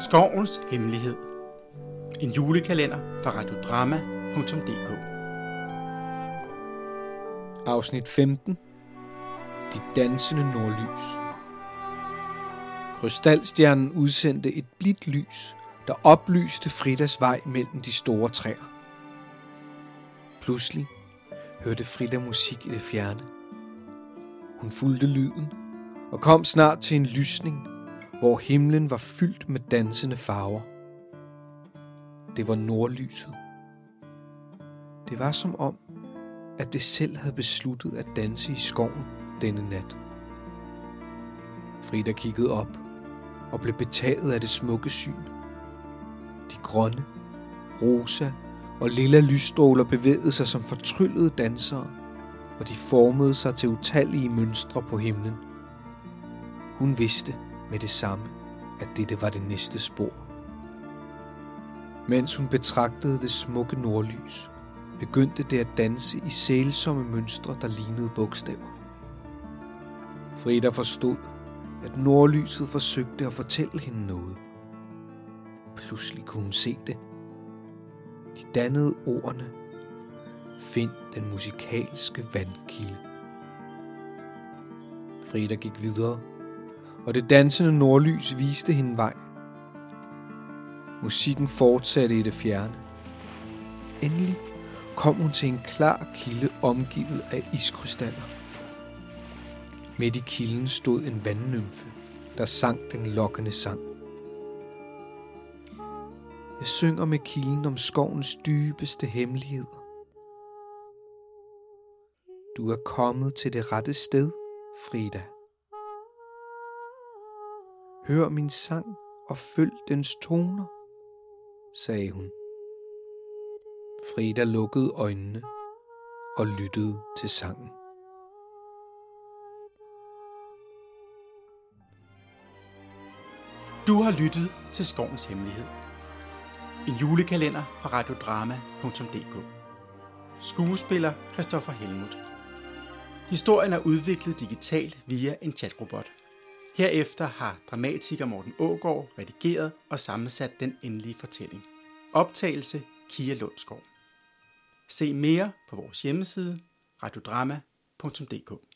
Skovens hemmelighed. En julekalender fra radiodrama.dk. Afsnit 15. De dansende nordlys. Krystalstjernen udsendte et blidt lys, der oplyste Fridas vej mellem de store træer. Pludselig hørte Frida musik i det fjerne. Hun fulgte lyden og kom snart til en lysning, hvor himlen var fyldt med dansende farver. Det var nordlyset. Det var som om, at det selv havde besluttet at danse i skoven denne nat. Frida kiggede op og blev betaget af det smukke syn. De grønne, rosa og lilla lysstråler bevægede sig som fortryllede dansere, og de formede sig til utallige mønstre på himlen. Hun vidste med det samme, at dette var det næste spor. Mens hun betragtede det smukke nordlys, begyndte det at danse i sælsomme mønstre, der lignede bogstaver. Frida forstod, at nordlyset forsøgte at fortælle hende noget. Pludselig kunne hun se det. De dannede ordene: "Find den musikalske vandkilde." Frida gik videre, og det dansende nordlys viste hende vej. Musikken fortsatte i det fjerne. Endelig kom hun til en klar kilde omgivet af iskrystaller. Midt i kilden stod en vandnymfe, der sang den lokkende sang. Jeg synger med kilden om skovens dybeste hemmeligheder. Du er kommet til det rette sted, Frida. Hør min sang og følg dens toner, sagde hun. Frida lukkede øjnene og lyttede til sangen. Du har lyttet til Skovens hemmelighed. En julekalender fra radiodrama.dk. Skuespiller Christoffer Helmuth. Historien er udviklet digitalt via en chatrobot. Herefter har dramatiker Morten Aagaard redigeret og sammensat den endelige fortælling. Optagelse Kia Lundsgaard. Se mere på vores hjemmeside radiodrama.dk.